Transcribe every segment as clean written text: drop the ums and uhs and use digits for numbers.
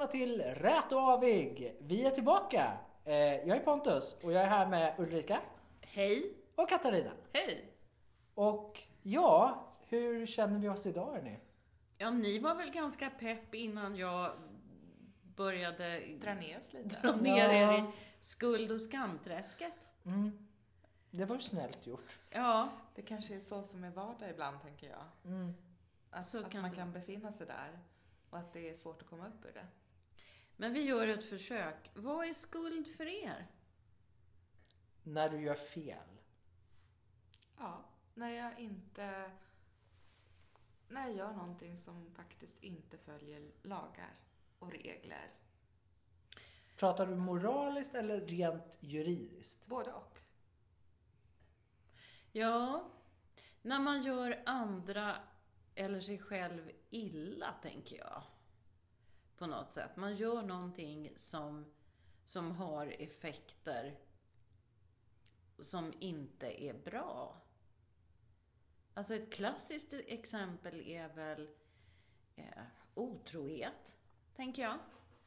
till Rät och Avig. Vi är tillbaka. Jag är Pontus och jag är här med Ulrika. Hej. Och Katarina. Hej. Och ja, hur känner vi oss idag hörni? Ja, ni var väl ganska pepp innan jag började Dra ner oss lite. dra ner er i skuld- och skamträsket. Det var ju snällt gjort. Ja, Det kanske är så som är vardag ibland, tänker jag. Så Att kan man det. kan befinna sig där och att det är svårt att komma upp ur det. Men vi gör ett försök. Vad är skuld för er? När du gör fel. Ja, när jag gör någonting som faktiskt inte följer lagar och regler. Pratar du moraliskt eller rent juridiskt? Både och. Ja, när man gör andra eller sig själv illa, tänker jag. På något sätt. Man gör någonting som har effekter som inte är bra. Alltså ett klassiskt exempel är väl otrohet, tänker jag.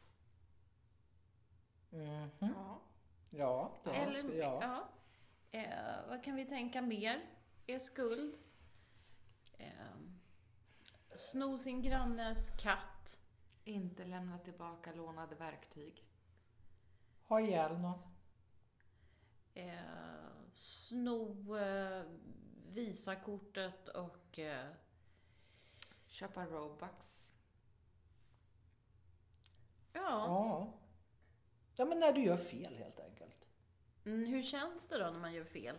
Ja. Ja, det Eller, ja. vad kan vi tänka mer är skuld? Sno sin grannes katt. Inte lämna tillbaka lånade verktyg. Ha ihjäl någon. Sno visakortet och Köpa Robux. Ja. Ja, men när du gör fel helt enkelt. Hur känns det då när man gör fel?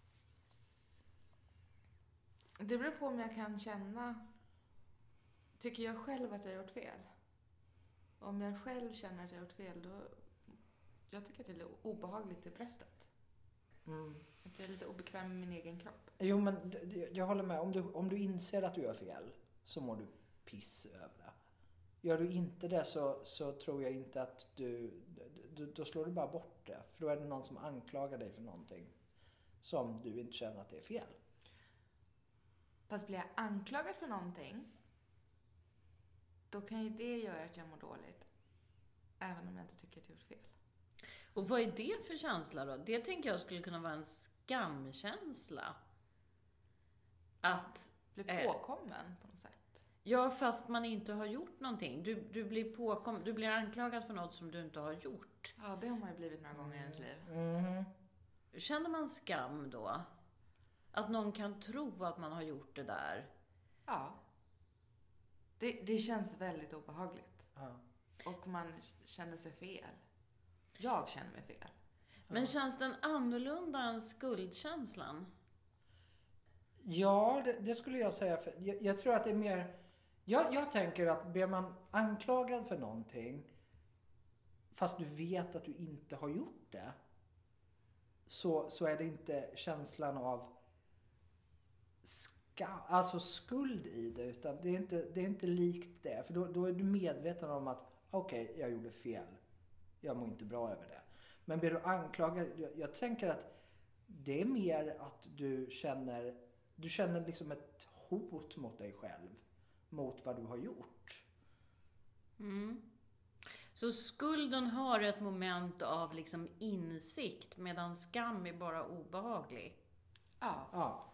Det beror på om jag kan känna... Tycker jag själv att jag har gjort fel? Om jag själv känner att jag har gjort fel, då... Jag tycker att det är lite obehagligt i bröstet. Att jag är lite obekväm med min egen kropp. Jo, men jag håller med. Om du inser att du gör fel så mår du piss över det. Gör du inte det så tror jag inte att då slår du bara bort det. För då är det någon som anklagar dig för någonting som du inte känner att det är fel. Fast blir jag anklagad för någonting, då kan ju det göra att jag mår dåligt. Även om jag inte tycker att jag har gjort fel. Och vad är det för känsla då? Det tänker jag skulle kunna vara en skamkänsla. Att... Blir påkommen på något sätt. Ja, fast man inte har gjort någonting. Du blir anklagad för något som du inte har gjort. Ja, det har man ju blivit några gånger i ens liv. Känner man skam då? Att någon kan tro att man har gjort det där? Ja. Det känns väldigt obehagligt. Ja. Och man känner sig fel. Jag känner mig fel. Men känns den annorlunda än skuldkänslan? Ja, det skulle jag säga. Jag tror att det är mer... Jag tänker att blir man anklagad för någonting fast du vet att du inte har gjort det så är det inte känslan av alltså skuld i det, utan det är inte likt det. För då är du medveten om att okej, jag gjorde fel. Jag mår inte bra över det. Men blir du anklagad, jag tänker att det är mer att du känner liksom ett hot mot dig själv. Mot vad du har gjort. Så skulden har ett moment av liksom insikt, medan skam är bara obehaglig. Ja.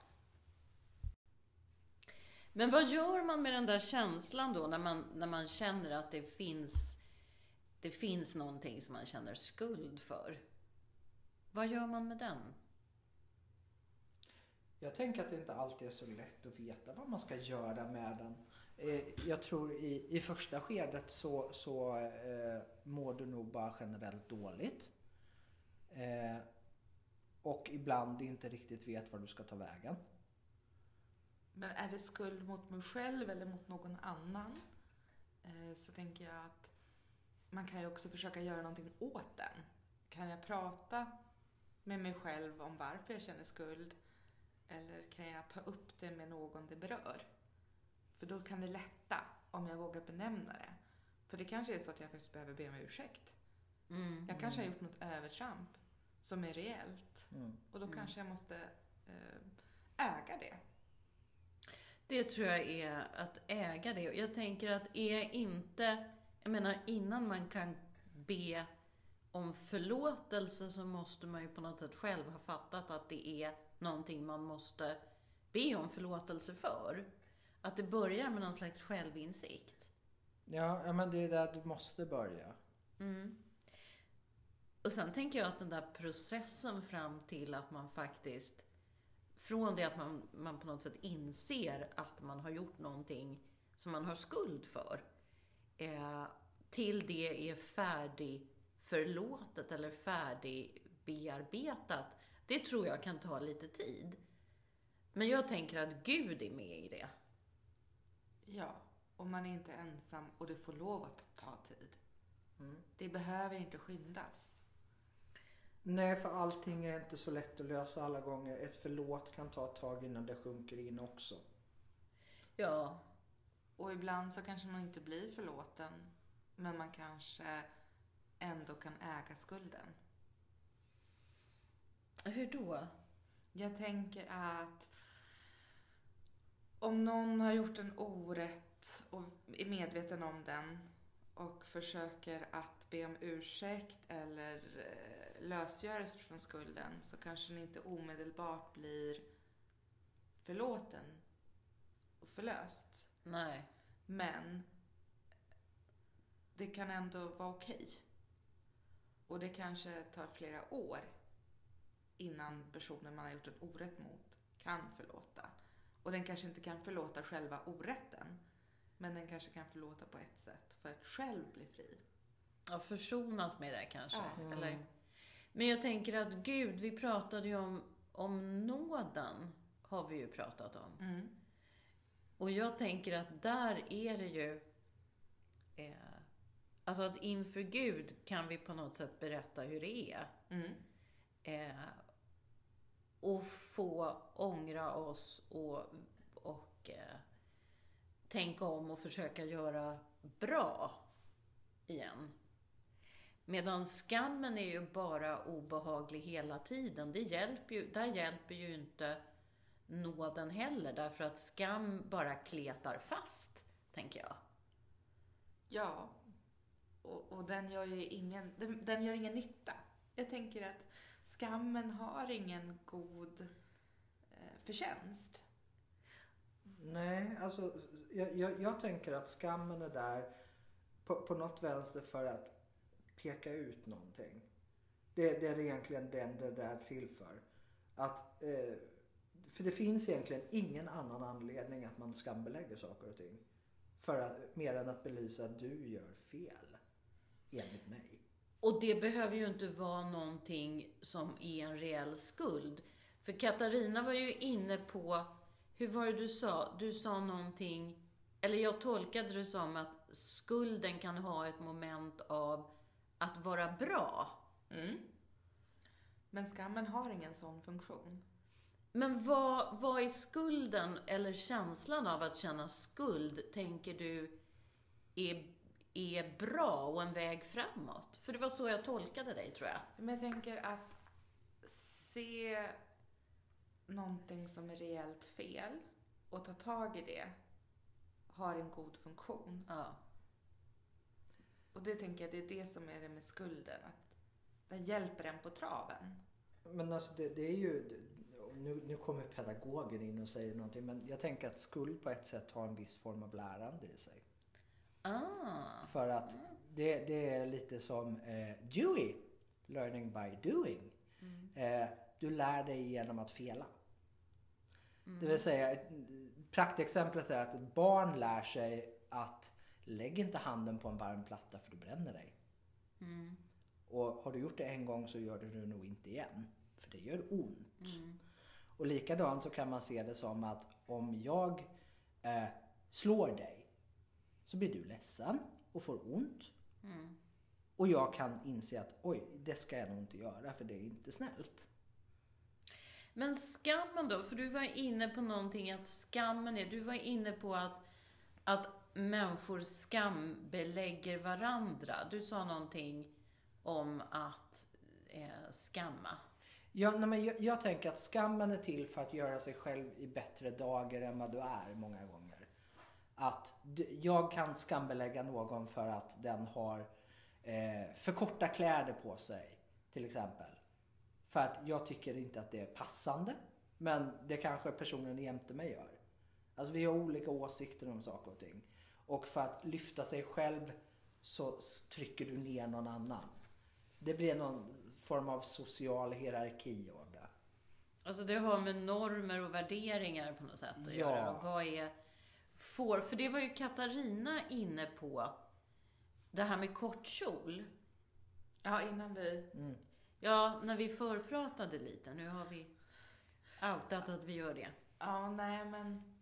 Men vad gör man med den där känslan då när man känner att det finns någonting som man känner skuld för? Vad gör man med den? Jag tänker att det inte alltid är så lätt att veta vad man ska göra med den. Jag tror i första skedet så mår du nog bara generellt dåligt. Och ibland inte riktigt vet var du ska ta vägen. Men är det skuld mot mig själv eller mot någon annan, så tänker jag att man kan ju också försöka göra någonting åt den. Kan jag prata med mig själv om varför jag känner skuld? Eller kan jag ta upp det med någon det berör? För då kan det lätta om jag vågar benämna det. För det kanske är så att jag faktiskt behöver be om ursäkt. Jag kanske har gjort något övertramp som är reellt. Och då kanske jag måste äga det. Det tror jag är att äga det. Jag tänker att är inte Jag menar, innan man kan be om förlåtelse så måste man ju på något sätt själv ha fattat att det är någonting man måste be om förlåtelse för. Att det börjar med någon slags självinsikt. Ja, men det är där du måste börja. Och sen tänker jag att den där processen fram till att man faktiskt, från det att man på något sätt inser att man har gjort någonting som man har skuld för, till det är färdigförlåtet eller färdigbearbetat, det tror jag kan ta lite tid. Men jag tänker att Gud är med i det. Ja, och man är inte ensam och det får lov att ta tid. Det behöver inte skyndas. Nej, för allting är inte så lätt att lösa alla gånger. Ett förlåt kan ta ett tag innan det sjunker in också. Ja. Och ibland så kanske man inte blir förlåten, men man kanske ändå kan äga skulden. Hur då? Jag tänker att om någon har gjort en orätt och är medveten om den och försöker att be om ursäkt eller lösgöra sig från skulden, så kanske den inte omedelbart blir förlåten och förlöst. Nej. Men det kan ändå vara okej. Och det kanske tar flera år innan personen man har gjort en orätt mot kan förlåta. Och den kanske inte kan förlåta själva orätten, men den kanske kan förlåta på ett sätt för att själv bli fri. Ja, försonas med det kanske. Ja. Eller? Men jag tänker att Gud, vi pratade ju om nåden, har vi ju pratat om. Och jag tänker att där är det ju, alltså att inför Gud kan vi på något sätt berätta hur det är. Och få ångra oss och tänka om och försöka göra bra igen. Medan skammen är ju bara obehaglig hela tiden. Där hjälper ju inte nåden heller, därför att skam bara kletar fast, tänker jag. Ja, och den gör ju den gör ingen nytta. Jag tänker att skammen har ingen god förtjänst. Nej, alltså jag tänker att skammen är där på något vänster för att peka ut någonting. Det är egentligen det där till för. För det finns egentligen ingen annan anledning att man skambelägger saker och ting. Mer än att belysa att du gör fel, enligt mig. Och det behöver ju inte vara någonting som är en reell skuld. För Katarina var ju inne på, hur var det du sa? Du sa någonting, eller jag tolkade det som att skulden kan ha ett moment av att vara bra. Men skammen har ingen sån funktion. Men vad är skulden eller känslan av att känna skuld, tänker du, är bra och en väg framåt? För det var så jag tolkade dig, tror jag. Men jag tänker att se någonting som är reellt fel och ta tag i det har en god funktion. Ja. Och det tänker jag, det är det som är det med skulden. Att den hjälper en på traven. Men alltså det är ju, nu kommer pedagogen in och säger någonting, men jag tänker att skuld på ett sätt har en viss form av lärande i sig. För att det är lite som Dewey, learning by doing. Du lär dig genom att fela. Det vill säga, praktexemplet är att ett barn lär sig att lägg inte handen på en varm platta för du bränner dig. Och har du gjort det en gång så gör du det nog inte igen. För det gör ont. Och likadant så kan man se det som att om jag slår dig så blir du ledsen och får ont. Och jag kan inse att oj, det ska jag nog inte göra för det är inte snällt. Men skammen då? För du var inne på någonting att skammen är... Du var inne på att människor skambelägger varandra. Du sa någonting om att skamma. Ja, men jag tänker att skammen är till för att göra sig själv i bättre dagar än vad du är många gånger. Att jag kan skambelägga någon för att den har för korta kläder på sig till exempel. För att jag tycker inte att det är passande. Men det kanske personen jämte mig gör. Alltså vi har olika åsikter om saker och ting. Och för att lyfta sig själv så trycker du ner någon annan. Det blir någon form av social hierarki av det. Alltså det har med normer och värderingar på något sätt att göra. Vad är för det var ju Katarina inne på. Det här med kortkjol. Ja, innan vi... Ja, när vi förpratade lite. Nu har vi outat att vi gör det. Ja, nej men...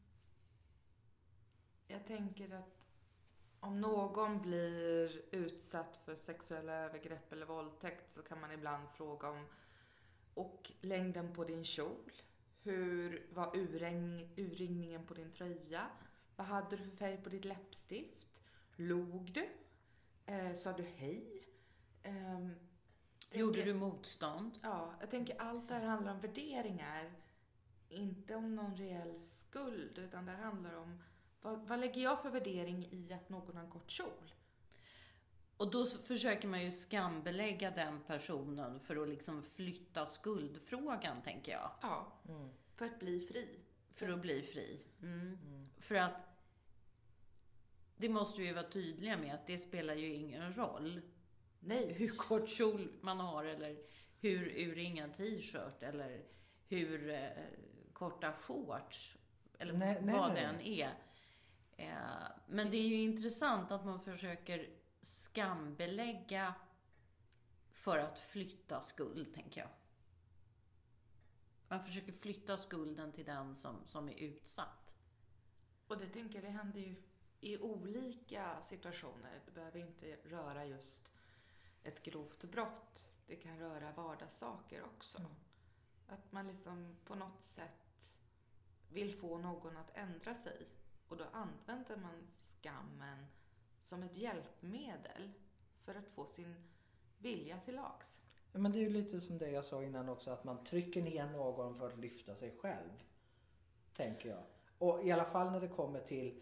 Jag tänker att om någon blir utsatt för sexuella övergrepp eller våldtäkt så kan man ibland fråga om och längden på din kjol. Hur var urringningen på din tröja? Vad hade du för färg på ditt läppstift? Log du? Sa du hej? Gjorde du motstånd? Ja, jag tänker allt det här handlar om värderingar. Inte om någon reell skuld, utan det handlar om vad lägger jag för värdering i att någon har en kort kjol? Och då försöker man ju skambelägga den personen för att liksom flytta skuldfrågan, tänker jag. Ja, för att bli fri. För att bli fri. För att det måste ju vara tydliga med att det spelar ju ingen roll. Nej. Hur kort kjol man har eller hur urringad t-shirt eller hur korta shorts eller vad den är. Men det är ju intressant att man försöker skambelägga för att flytta skuld, tänker jag. Man försöker flytta skulden till den som är utsatt. Och det tänker jag, det händer ju i olika situationer. Det behöver inte röra just ett grovt brott. Det kan röra vardagssaker också. Att man liksom på något sätt vill få någon att ändra sig. Och då använder man skammen som ett hjälpmedel för att få sin vilja till lags. Ja, men det är ju lite som det jag sa innan också, att man trycker ner någon för att lyfta sig själv. Tänker jag. Och i alla fall när det kommer till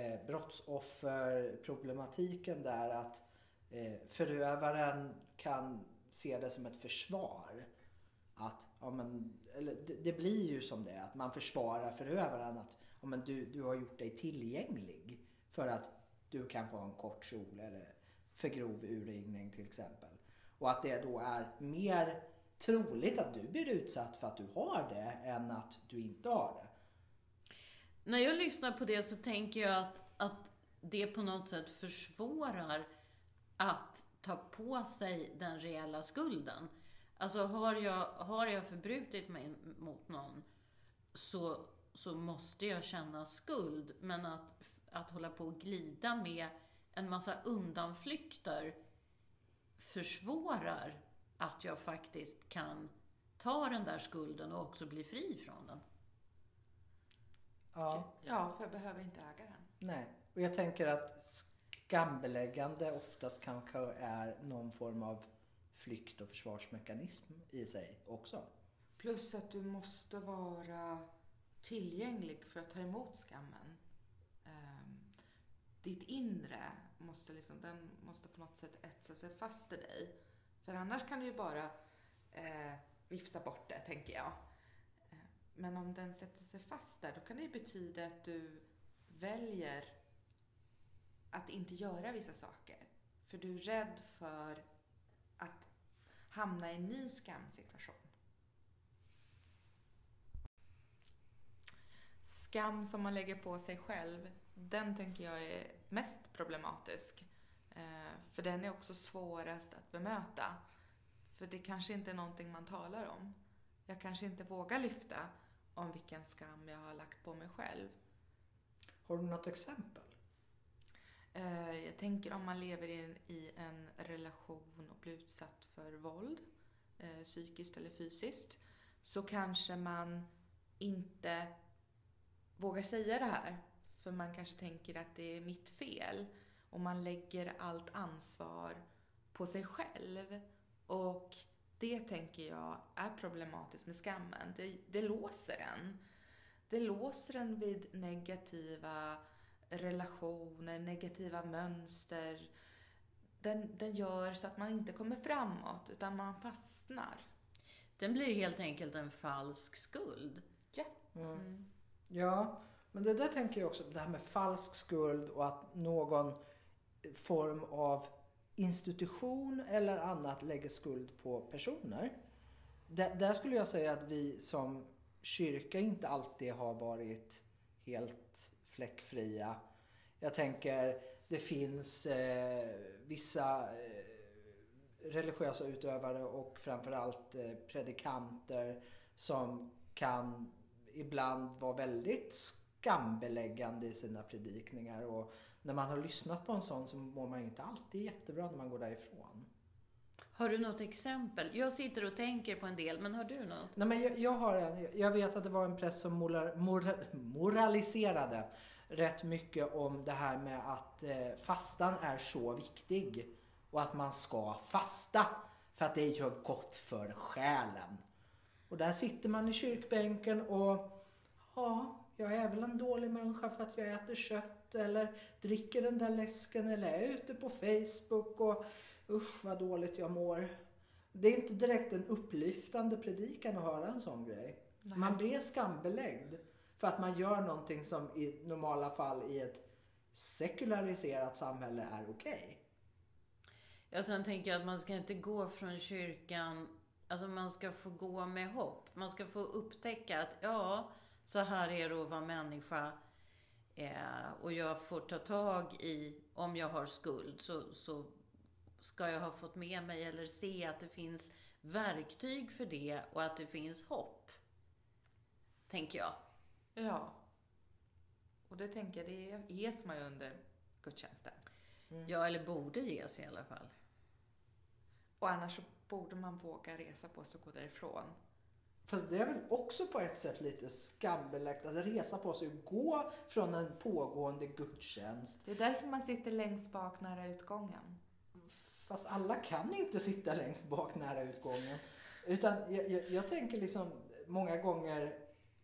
brottsofferproblematiken där, att förövaren kan se det som ett försvar. Att, ja, men, eller, det blir ju som det, att man försvarar förövaren, att ja, men du har gjort dig tillgänglig för att du kanske har en kort kjol eller för grov urringning till exempel. Och att det då är mer troligt att du blir utsatt för att du har det än att du inte har det. När jag lyssnar på det så tänker jag att det på något sätt försvårar att ta på sig den reella skulden. Alltså har jag förbrutit mig mot någon så måste jag känna skuld. Men att hålla på och glida med en massa undanflykter försvårar att jag faktiskt kan ta den där skulden och också bli fri från den. Ja, för jag behöver inte äga den. Nej, och jag tänker att skambeläggande oftast kanske är någon form av flykt- och försvarsmekanism i sig också. Plus att du måste vara tillgänglig för att ta emot skammen. Ditt inre den måste på något sätt etsa sig fast i dig. För annars kan du ju bara vifta bort det, tänker jag. Men om den sätter sig fast där, då kan det ju betyda att du väljer att inte göra vissa saker. För du är rädd för att hamna i en ny skamsituation. Skam som man lägger på sig själv, den tänker jag är mest problematisk. För den är också svårast att bemöta. För det kanske inte är någonting man talar om. Jag kanske inte vågar lyfta om vilken skam jag har lagt på mig själv. Har du något exempel? Jag tänker om man lever i en relation och blir utsatt för våld, psykiskt eller fysiskt, så kanske man inte vågar säga det här. För man kanske tänker att det är mitt fel. Och man lägger allt ansvar på sig själv. Och det tänker jag är problematiskt med skammen. Det låser en. Det låser en vid negativa relationer, negativa mönster. Den gör så att man inte kommer framåt utan man fastnar. Den blir helt enkelt en falsk skuld. Ja. Ja, men det där tänker jag också, det här med falsk skuld och att någon form av institution eller annat lägger skuld på personer. Där skulle jag säga att vi som kyrka inte alltid har varit helt fläckfria. Jag tänker, det finns vissa religiösa utövare och framförallt predikanter som kan ibland vara väldigt skambeläggande i sina predikningar, och när man har lyssnat på en sån så mår man inte alltid jättebra när man går därifrån. Har du något exempel? Jag sitter och tänker på en del, men har du något? Nej, men jag vet att det var en präst som moraliserade rätt mycket om det här med att fastan är så viktig och att man ska fasta för att det gör gott för själen. Och där sitter man i kyrkbänken och jag är väl en dålig människa för att jag äter kött eller dricker den där läsken eller är ute på Facebook och usch vad dåligt jag mår. Det är inte direkt en upplyftande predikan att höra en sån grej. Nej. Man blir skambelagd för att man gör någonting som i normala fall i ett sekulariserat samhälle är okej. Ja, sen tänker jag att man ska inte gå från kyrkan, alltså man ska få gå med hopp. Man ska få upptäcka att så här är det att vara människa, och jag får ta tag i, om jag har skuld så ska jag ha fått med mig eller se att det finns verktyg för det och att det finns hopp, tänker jag. Ja, och det tänker jag, det ges man ju under gudstjänsten. Ja, eller borde ges i alla fall. Och annars så borde man våga resa på sig och gå därifrån. Fast det är väl också på ett sätt lite skambelagt att resa på sig och gå från en pågående gudstjänst. Det är därför man sitter längst bak nära utgången. Fast alla kan inte sitta längst bak nära utgången. Utan jag tänker liksom många gånger,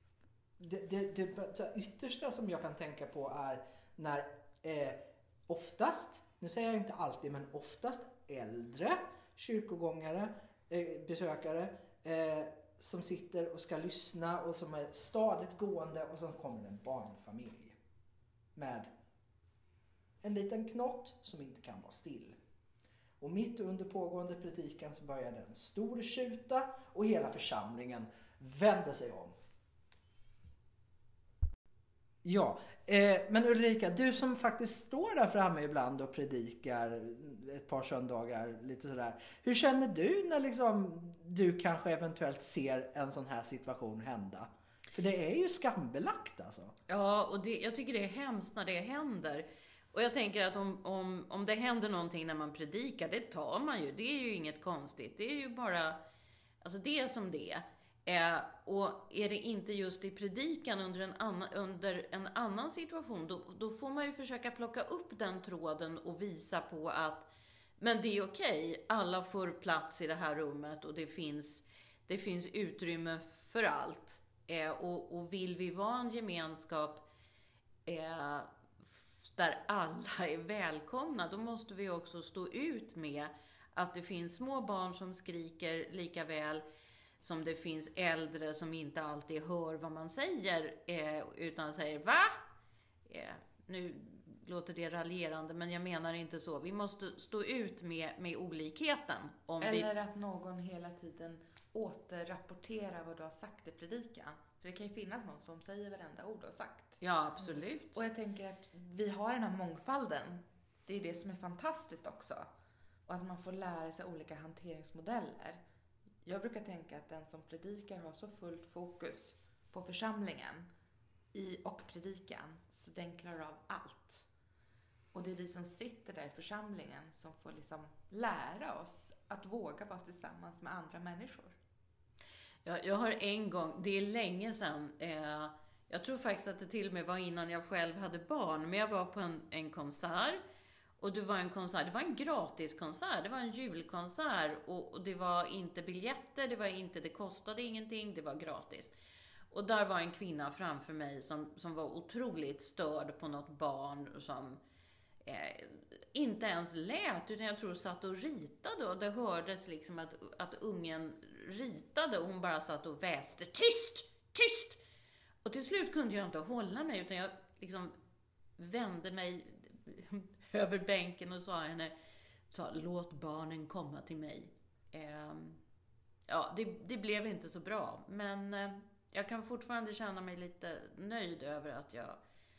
det yttersta som jag kan tänka på är när oftast, nu säger jag inte alltid, men oftast äldre kyrkogångare, besökare som sitter och ska lyssna och som är stadigt gående, och så kommer en barnfamilj med en liten knott som inte kan vara still. Och mitt under pågående predikan så börjar en stor tjuta och hela församlingen vänder sig om. Ja, men Ulrika, du som faktiskt står där framme ibland och predikar ett par söndagar, lite sådär. Hur känner du när liksom du kanske eventuellt ser en sån här situation hända? För det är ju skambelagt alltså. Ja, och jag tycker det är hemskt när det händer. Och jag tänker att om det händer någonting när man predikar, det tar man ju. Det är ju inget konstigt. Det är ju bara, alltså det är som det är. Och är det inte just i predikan under en annan situation, då får man ju försöka plocka upp den tråden och visa på att men det är okej, alla får plats i det här rummet och det finns utrymme för allt. Och vill vi vara en gemenskap där alla är välkomna, då måste vi också stå ut med att det finns små barn som skriker lika väl som det finns äldre som inte alltid hör vad man säger, utan säger va? Nu låter det raljerande, men jag menar inte så. Vi måste stå ut med olikheten. Eller att någon hela tiden återrapporterar vad du har sagt i predikan. För det kan ju finnas någon som säger varenda ord du har sagt. Ja, absolut. Och jag tänker att vi har den här mångfalden. Det är det som är fantastiskt också. Och att man får lära sig olika hanteringsmodeller. Jag brukar tänka att den som predikar har så fullt fokus på församlingen och predikan, så den klarar av allt. Och det är vi som sitter där i församlingen som får liksom lära oss att våga vara tillsammans med andra människor. Jag har en gång, det är länge sedan, jag tror faktiskt att det till och med var innan jag själv hade barn, men jag var på en konsert. Och det var en gratis konsert, det var en julkonsert och det var inte biljetter, det kostade ingenting, det var gratis. Och där var en kvinna framför mig som var otroligt störd på något barn som inte ens lät, utan jag tror satt och ritade, och det hördes liksom att ungen ritade och hon bara satt och väste tyst, tyst. Och till slut kunde jag inte hålla mig, utan jag liksom vände mig över bänken och sa låt barnen komma till mig. Ja, det blev inte så bra, men jag kan fortfarande känna mig lite nöjd över att jag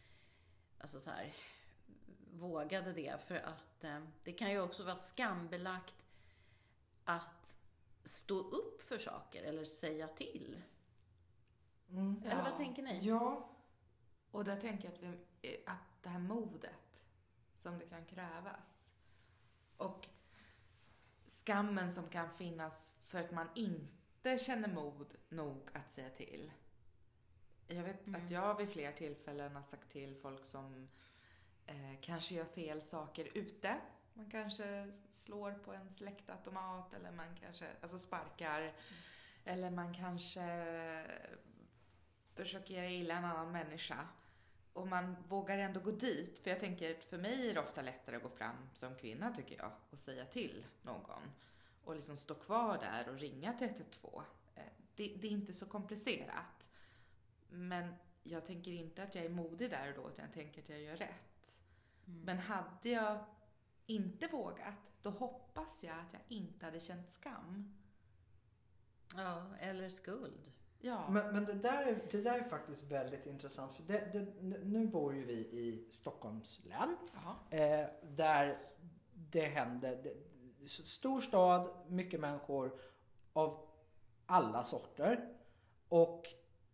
vågade det, för att det kan ju också vara skambelagt att stå upp för saker eller säga till. Eller vad tänker ni? Ja. Och där tänker jag att det här modet som det kan krävas och skammen som kan finnas för att man inte känner mod nog att säga till. Jag vet att jag vid fler tillfällen har sagt till folk som kanske gör fel saker ute. Man kanske slår på en släktautomat, eller man kanske sparkar, eller man kanske försöker göra illa en annan människa. Och man vågar ändå gå dit. För jag tänker, för mig är det ofta lättare att gå fram som kvinna, tycker jag, och säga till någon. Och liksom stå kvar där och ringa till 112. Det är inte så komplicerat. Men jag tänker inte att jag är modig där och då, utan jag tänker att jag gör rätt. Men hade jag inte vågat, då hoppas jag att jag inte hade känt skam. Ja, eller skuld. Ja. Men det där är faktiskt väldigt intressant. För nu bor ju vi i Stockholms län. Där det händer. Stor stad, mycket människor av alla sorter. Och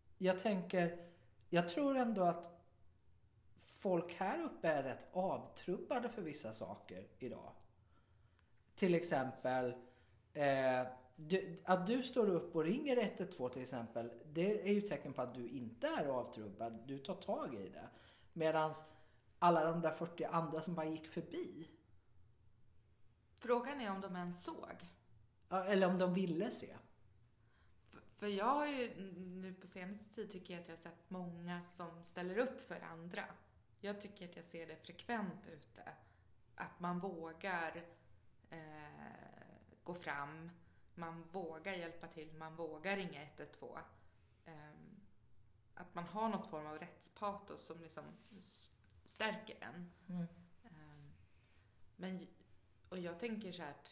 jag tror ändå att folk här uppe är rätt avtrubbade för vissa saker idag. Till exempel att du står upp och ringer 112 till exempel, det är ju tecken på att du inte är avtrubbad. Du tar tag i det. Medan alla de där 40 andra som bara gick förbi. Frågan är om de ens såg. Eller om de ville se. För jag har ju nu på senaste tid tycker jag att jag har sett många som ställer upp för andra. Jag tycker att jag ser det frekvent ute. Att man vågar gå fram. Man vågar hjälpa till. Man vågar ringa 112. Att man har något form av rättspatos som liksom stärker en. Och jag tänker så här att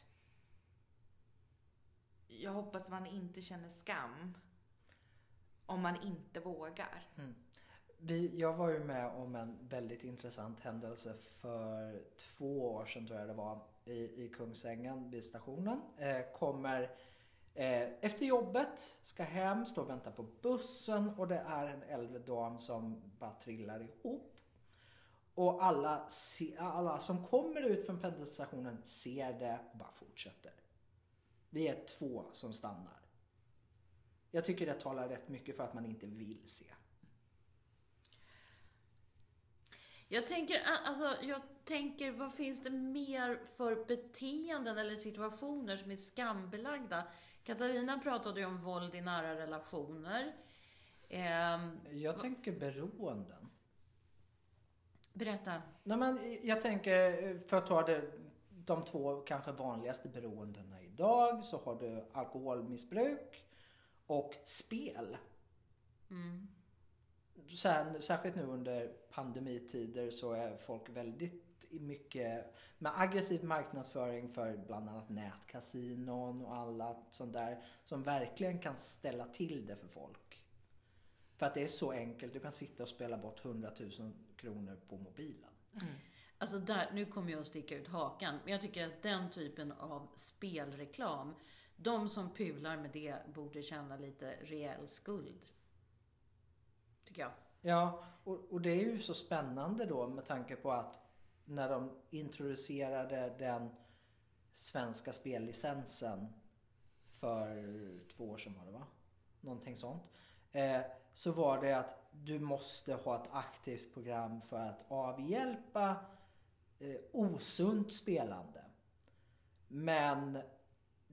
jag hoppas att man inte känner skam om man inte vågar. Jag var ju med om en väldigt intressant händelse för 2 år sedan, tror jag det var, i Kungsängen vid stationen. Kommer efter jobbet, ska hem, står och väntar på bussen, och det är en äldre dam som bara trillar ihop. Och alla som kommer ut från pendelstationen ser det och bara fortsätter. Vi är 2 som stannar. Jag tycker det talar rätt mycket för att man inte vill se. Jag tänker, vad finns det mer för beteenden eller situationer som är skambelagda? Katarina pratade ju om våld i nära relationer. Jag tänker beroenden. Berätta. Nej, men jag tänker, för att ta de 2 kanske vanligaste beroendena idag, så har du alkoholmissbruk och spel. Särskilt nu under pandemitider så är folk väldigt mycket med aggressiv marknadsföring för bland annat nätkasinon och alla sånt där som verkligen kan ställa till det för folk. För att det är så enkelt, du kan sitta och spela bort 100 000 kronor på mobilen. Alltså nu kommer jag att sticka ut hakan, men jag tycker att den typen av spelreklam, de som pular med det borde känna lite rejäl skuld. Tycker jag. Ja, och det är ju så spännande då med tanke på att när de introducerade den svenska spellicensen för 2 år sedan var det, va? Någonting sånt. Så var det att du måste ha ett aktivt program för att avhjälpa osunt spelande. Men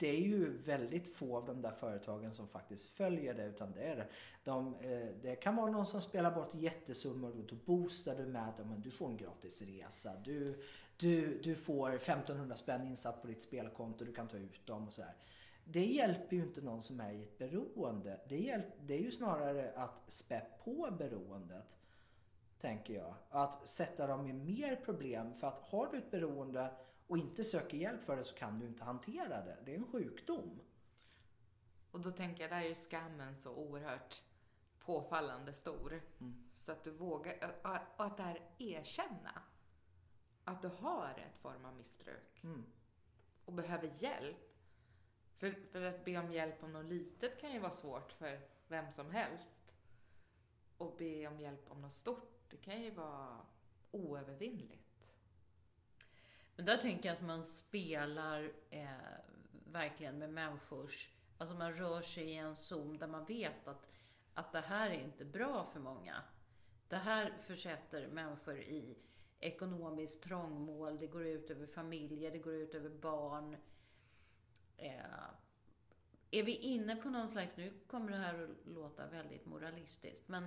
det är ju väldigt få av de där företagen som faktiskt följer det, utan det kan vara någon som spelar bort jättesummor och då boostar du med att du får en gratis resa, du får 1500 spänn insatt på ditt spelkonto, du kan ta ut dem och så här. Det hjälper ju inte någon som är i ett beroende. Det är ju snarare att spä på beroendet, tänker jag. Att sätta dem i mer problem, för att har du ett beroende och inte söker hjälp för det så kan du inte hantera det. Det är en sjukdom. Och då tänker jag, där är ju skammen så oerhört påfallande stor. Så att du vågar, och att där erkänna att du har ett form av missbruk. Och behöver hjälp. För att be om hjälp om något litet kan ju vara svårt för vem som helst. Och be om hjälp om något stort, det kan ju vara oövervinnligt. Men där tänker jag att man spelar verkligen med människors... Alltså man rör sig i en zon där man vet att det här är inte bra för många. Det här försätter människor i ekonomiskt trångmål. Det går ut över familjer, det går ut över barn. Är vi inne på någon slags... Nu kommer det här att låta väldigt moralistiskt. Men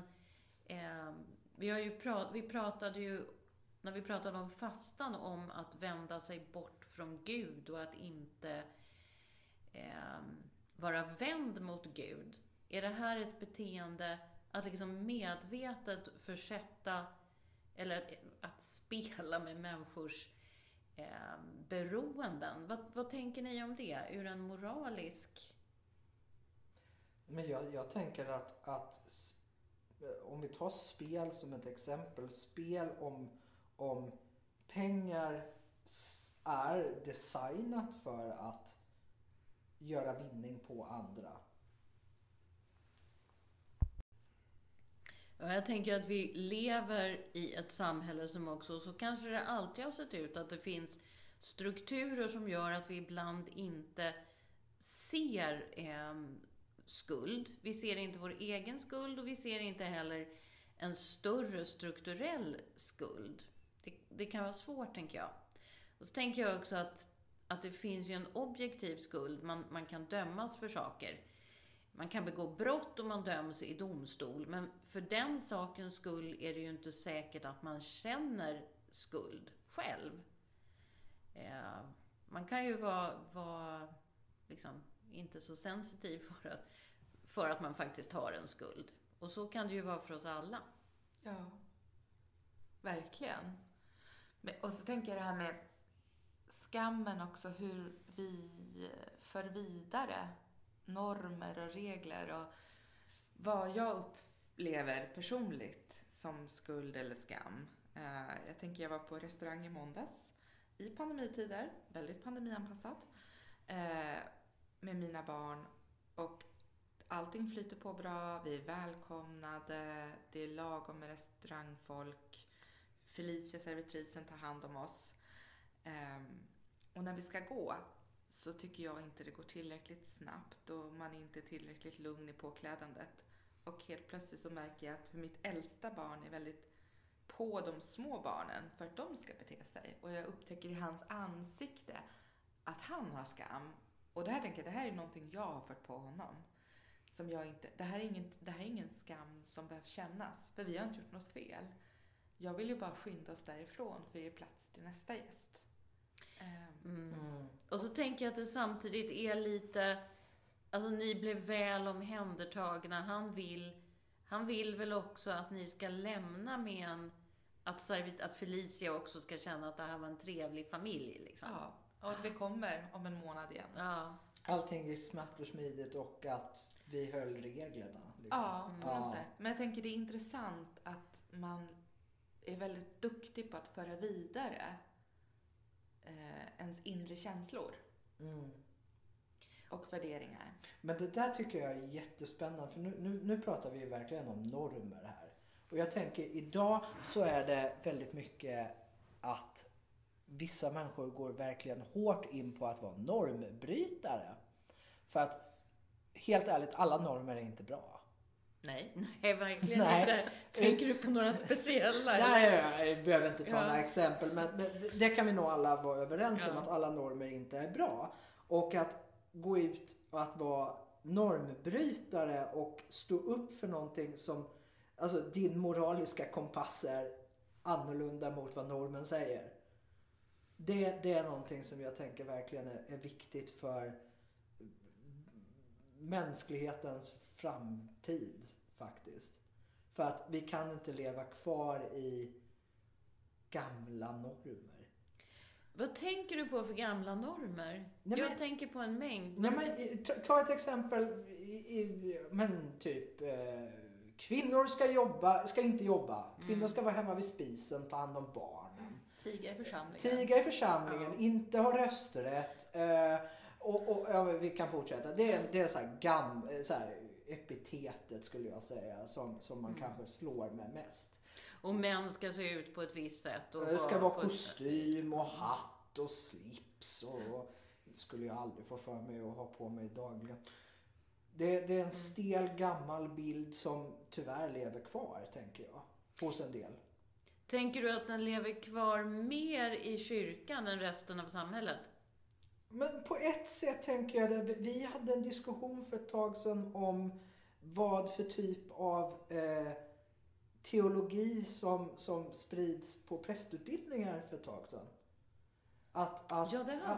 vi pratade ju... När vi pratade om fastan, om att vända sig bort från Gud och att inte vara vänd mot Gud. Är det här ett beteende att liksom medvetet försätta eller att spela med människors beroenden? Vad tänker ni om det ur en moralisk... Men jag tänker att om vi tar spel som ett exempel, spel om pengar är designat för att göra vinning på andra. Ja, jag tänker att vi lever i ett samhälle som också, så kanske det alltid har sett ut, att det finns strukturer som gör att vi ibland inte ser skuld. Vi ser inte vår egen skuld och vi ser inte heller en större strukturell skuld. Det kan vara svårt, tänker jag. Och så tänker jag också att det finns ju en objektiv skuld. Man kan dömas för saker. Man kan begå brott och man döms i domstol. Men för den sakens skull är det ju inte säkert att man känner skuld själv. Man kan ju vara liksom inte så sensitiv för att man faktiskt har en skuld. Och så kan det ju vara för oss alla. Ja, verkligen. Och så tänker jag det här med skammen också, hur vi för vidare normer och regler och vad jag upplever personligt som skuld eller skam. Jag tänker, jag var på restaurang i måndags i pandemitider, väldigt pandemianpassat, med mina barn, och allting flyter på bra, vi är välkomnade, det är lagom med restaurangfolk, Felicia, servitrisen, tar hand om oss. Och när vi ska gå så tycker jag inte det går tillräckligt snabbt och man är inte tillräckligt lugn i påklädandet. Och helt plötsligt så märker jag att mitt äldsta barn är väldigt på de små barnen för att de ska bete sig. Och jag upptäcker i hans ansikte att han har skam. Och det här tänker jag, det här är någonting jag har fört på honom. Som jag inte, det här är ingen skam som behöver kännas. För vi har inte gjort något fel. Jag vill ju bara skynda oss därifrån för att ge plats till nästa gäst. Och så tänker jag att det samtidigt är lite... Alltså ni blev väl omhändertagna. Han vill väl också att ni ska lämna med en... Att Felicia också ska känna att det här var en trevlig familj. Liksom. Ja, och att vi kommer om en månad igen. Ja. Allting gick snabbt och smidigt och att vi höll reglerna. Liksom. Ja, på något sätt. Men jag tänker det är intressant att man är väldigt duktig på att föra vidare ens inre känslor. Och värderingar. Men det där tycker jag är jättespännande, för nu pratar vi ju verkligen om normer här. Och jag tänker, idag så är det väldigt mycket att vissa människor går verkligen hårt in på att vara normbrytare. För att, helt ärligt, alla normer är inte bra. Nej, verkligen inte. Tänker du på några speciella? Nej, jag behöver inte ta några exempel. Men det kan vi nog alla vara överens om, att alla normer inte är bra. Och att gå ut och att vara normbrytare och stå upp för någonting som, alltså din moraliska kompass är annorlunda mot vad normen säger. Det är någonting som jag tänker verkligen är viktigt för mänsklighetens framtid faktiskt. För att vi kan inte leva kvar i gamla normer. Vad tänker du på för gamla normer? Jag tänker på en mängd. Ta ett exempel. Kvinnor ska inte jobba. Kvinnor ska vara hemma vid spisen, ta hand om barnen. Tiga i församlingen. Inte ha rösträtt. Vi kan fortsätta. Det är så här epitetet skulle jag säga som man kanske slår med mest. Och män ska se ut på ett visst sätt. Och det ska vara kostym och hatt och slips. Och det skulle jag aldrig få för mig att ha på mig dagligen. Det är en stel gammal bild som tyvärr lever kvar, tänker jag. Hos en del. Tänker du att den lever kvar mer i kyrkan än resten av samhället? Men på ett sätt tänker jag det. Vi hade en diskussion för ett tag sedan om vad för typ av teologi som sprids på prästutbildningar för ett tag sedan. Att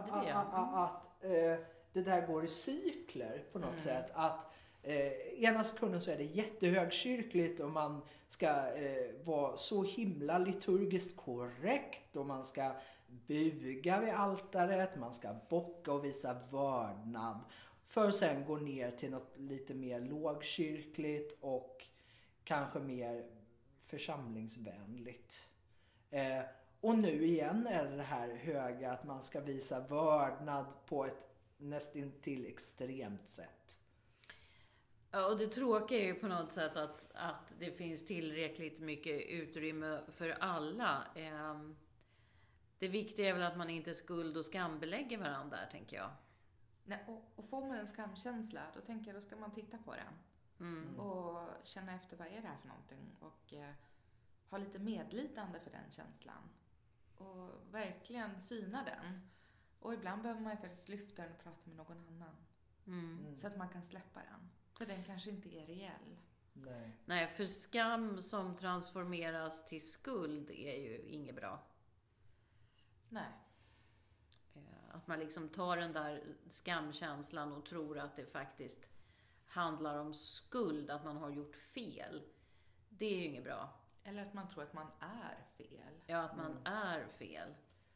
det där går i cykler på något sätt. Att ena sekunden så är det jättehögkyrkligt och man ska vara så himla liturgiskt korrekt och man ska buga vid altaret, man ska bocka och visa vördnad för att sen gå ner till något lite mer lågkyrkligt och kanske mer församlingsvänligt. Och nu igen är det här höga att man ska visa vördnad på ett nästintill extremt sätt. Ja, och det tråkiga är ju på något sätt att det finns tillräckligt mycket utrymme för alla. Det viktiga är väl att man inte skuld- och skambelägger varandra där, tänker jag. Nej, och får man en skamkänsla, då tänker jag då ska man titta på den. Och känna efter vad är det här för någonting. Och ha lite medlidande för den känslan. Och verkligen syna den. Och ibland behöver man ju faktiskt lyfta den och prata med någon annan. Så att man kan släppa den. För den kanske inte är reell. Nej, för skam som transformeras till skuld är ju inget bra. Nej. Att man liksom tar den där skamkänslan och tror att det faktiskt handlar om skuld, att man har gjort fel. Det är ju inget bra. Eller att man tror att man är fel. Ja, att man är fel.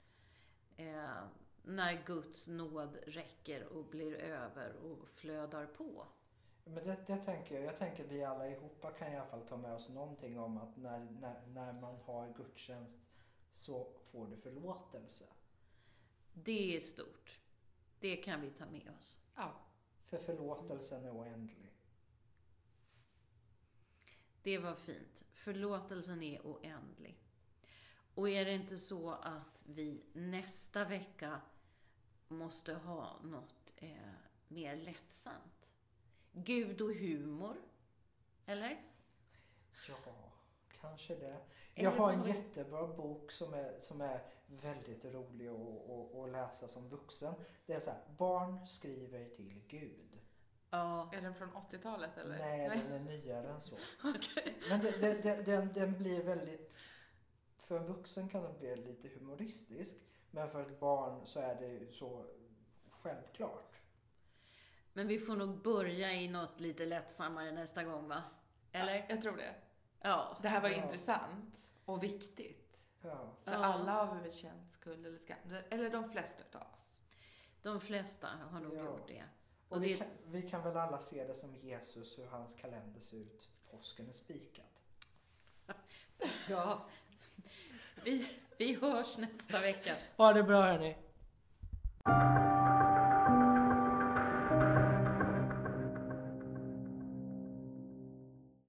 När Guds nåd räcker och blir över och flödar på. Men det tänker jag tänker vi alla ihop kan i alla fall ta med oss någonting om att när man har gudstjänst så får du förlåtelse. Det är stort. Det kan vi ta med oss. Ja. För förlåtelsen är oändlig. Det var fint. Förlåtelsen är oändlig. Och är det inte så att vi nästa vecka måste ha något mer lättsamt? Gud och humor? Eller? Ja, kanske det. Jag har en jättebra bok som är väldigt rolig att läsa som vuxen. Det är så här, barn skriver till Gud. Ja. Är den från 80-talet eller? Nej, den är nyare än så. Okay. Men den blir väldigt, för en vuxen kan den bli lite humoristisk. Men för ett barn så är det så självklart. Men vi får nog börja i något lite lättsammare nästa gång, va? Eller? Ja, jag tror det. Ja. Det här var intressant och viktigt. Ja. För alla har vi väl känt skuld eller skam. Eller de flesta av oss. De flesta har nog gjort det. Och vi kan väl alla se det som Jesus, hur hans kalender ser ut. Påsken är spikad. Ja. Vi hörs nästa vecka. Ha det bra, hörni.